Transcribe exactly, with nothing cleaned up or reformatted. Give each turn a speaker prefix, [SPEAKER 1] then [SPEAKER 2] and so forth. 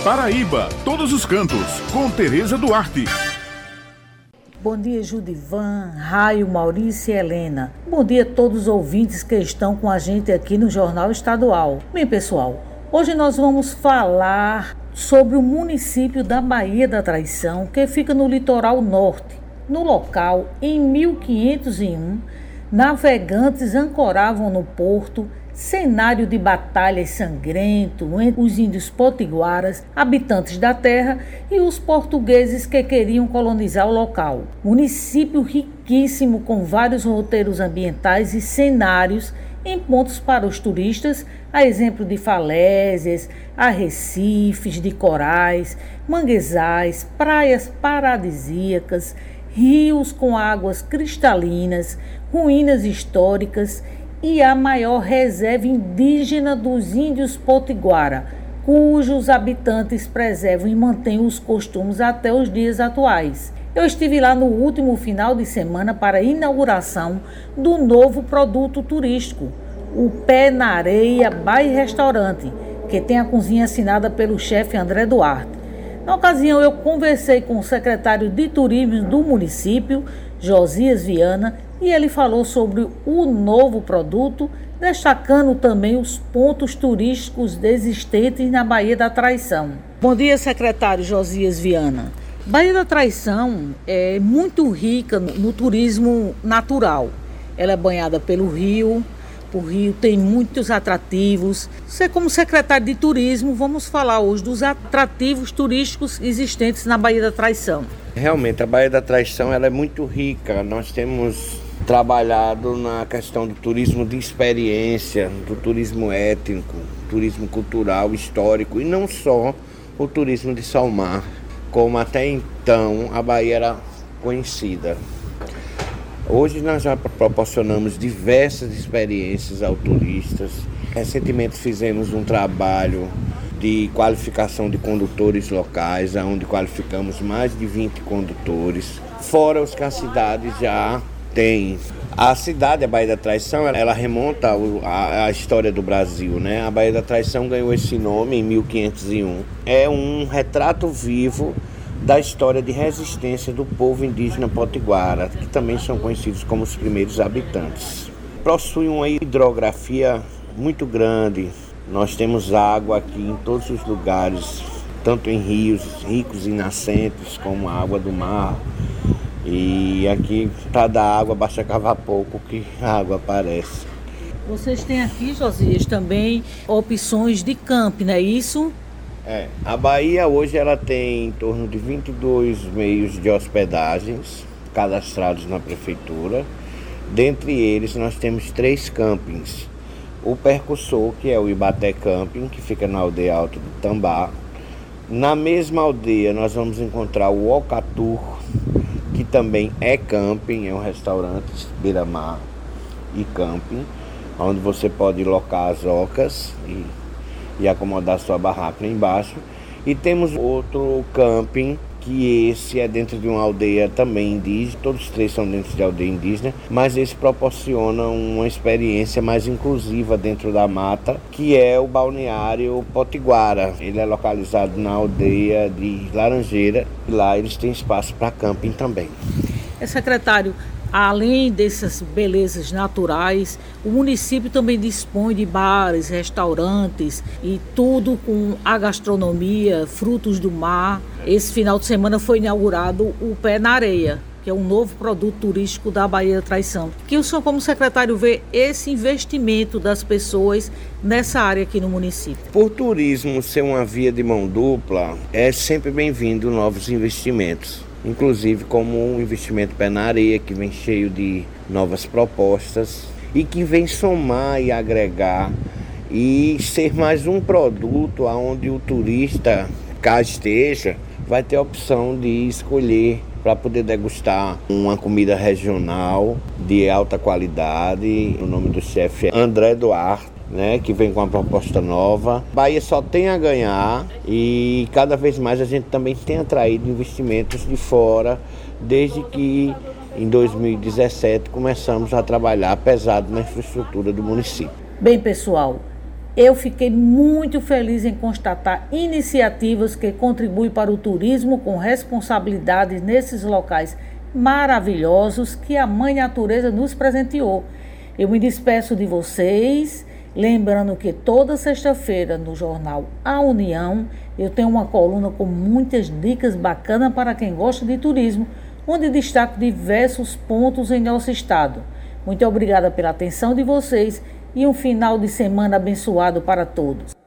[SPEAKER 1] Paraíba, todos os cantos, com Tereza Duarte.
[SPEAKER 2] Bom dia, Judivan, Raio, Maurício e Helena. Bom dia a todos os ouvintes que estão com a gente aqui no Jornal Estadual. Bem, pessoal, hoje nós vamos falar sobre o município da Baía da Traição, que fica no litoral norte. No local, em mil quinhentos e um, navegantes ancoravam no porto, cenário de batalhas sangrento entre os índios potiguaras, habitantes da terra, e os portugueses que queriam colonizar o local. Município riquíssimo, com vários roteiros ambientais e cenários em pontos para os turistas, a exemplo de falésias, arrecifes de corais, manguezais, praias paradisíacas, rios com águas cristalinas, ruínas históricas e a maior reserva indígena dos índios potiguara, cujos habitantes preservam e mantêm os costumes até os dias atuais. Eu estive lá no último final de semana para a inauguração do novo produto turístico, o Pé na Areia Bar e Restaurante, que tem a cozinha assinada pelo chefe André Duarte. Na ocasião, eu conversei com o secretário de Turismo do município, Josias Viana, e ele falou sobre o novo produto, destacando também os pontos turísticos existentes na Baía da Traição. Bom dia, secretário Josias Viana. Baía da Traição é muito rica no, no turismo natural. Ela é banhada pelo rio, o rio tem muitos atrativos. Você, como secretário de Turismo, vamos falar hoje dos atrativos turísticos existentes na Baía da Traição.
[SPEAKER 3] Realmente, a Baía da Traição ela é muito rica. Nós temos trabalhado na questão do turismo de experiência, do turismo étnico, turismo cultural, histórico, e não só o turismo de salmar, como até então a Bahia era conhecida. Hoje nós já proporcionamos diversas experiências ao turistas. Recentemente fizemos um trabalho de qualificação de condutores locais, onde qualificamos mais de vinte condutores, fora os que a cidade já tem. A cidade, a Baía da Traição, ela remonta à história do Brasil, né? A Baía da Traição ganhou esse nome em mil quinhentos e um. É um retrato vivo da história de resistência do povo indígena potiguara, que também são conhecidos como os primeiros habitantes. Possui uma hidrografia muito grande. Nós temos água aqui em todos os lugares, tanto em rios ricos e nascentes, como a água do mar. E aqui, para dar água, basta cavar pouco que a água aparece.
[SPEAKER 2] Vocês têm aqui, Josias, também opções de camping, não é isso?
[SPEAKER 3] É, a Bahia hoje ela tem em torno de vinte e dois meios de hospedagens cadastrados na prefeitura. Dentre eles nós temos três campings. O Percussor, que é o Ibaté Camping, que fica na aldeia Alto do Tambá. Na mesma aldeia nós vamos encontrar o Ocatur, que também é camping, é um restaurante beira-mar e camping, onde você pode locar as ocas e e acomodar sua barraca lá embaixo. E temos outro camping, que esse é dentro de uma aldeia também indígena, todos os três são dentro de aldeia indígena, mas esse proporciona uma experiência mais inclusiva dentro da mata, que é o balneário Potiguara. Ele é localizado na aldeia de Laranjeira, e lá eles têm espaço para camping também.
[SPEAKER 2] É, secretário, além dessas belezas naturais, o município também dispõe de bares, restaurantes e tudo com a gastronomia, frutos do mar. Esse final de semana foi inaugurado o Pé na Areia, que é um novo produto turístico da Baía da Traição. Que o senhor, como secretário, vê esse investimento das pessoas nessa área aqui no município?
[SPEAKER 3] Por turismo ser uma via de mão dupla, é sempre bem-vindo novos investimentos. Inclusive como o investimento Pé na Areia, que vem cheio de novas propostas e que vem somar e agregar e ser mais um produto onde o turista cá esteja vai ter a opção de escolher para poder degustar uma comida regional de alta qualidade. O nome do chefe é André Duarte, né, que vem com uma proposta nova. Bahia só tem a ganhar e cada vez mais a gente também tem atraído investimentos de fora, desde que em dois mil e dezessete começamos a trabalhar pesado na infraestrutura do município.
[SPEAKER 2] Bem, pessoal, Eu fiquei muito feliz em constatar iniciativas que contribuem para o turismo com responsabilidade nesses locais maravilhosos que a Mãe Natureza nos presenteou. Eu me despeço de vocês, lembrando que toda sexta-feira no jornal A União eu tenho uma coluna com muitas dicas bacanas para quem gosta de turismo, onde destaco diversos pontos em nosso estado. Muito obrigada pela atenção de vocês e um final de semana abençoado para todos.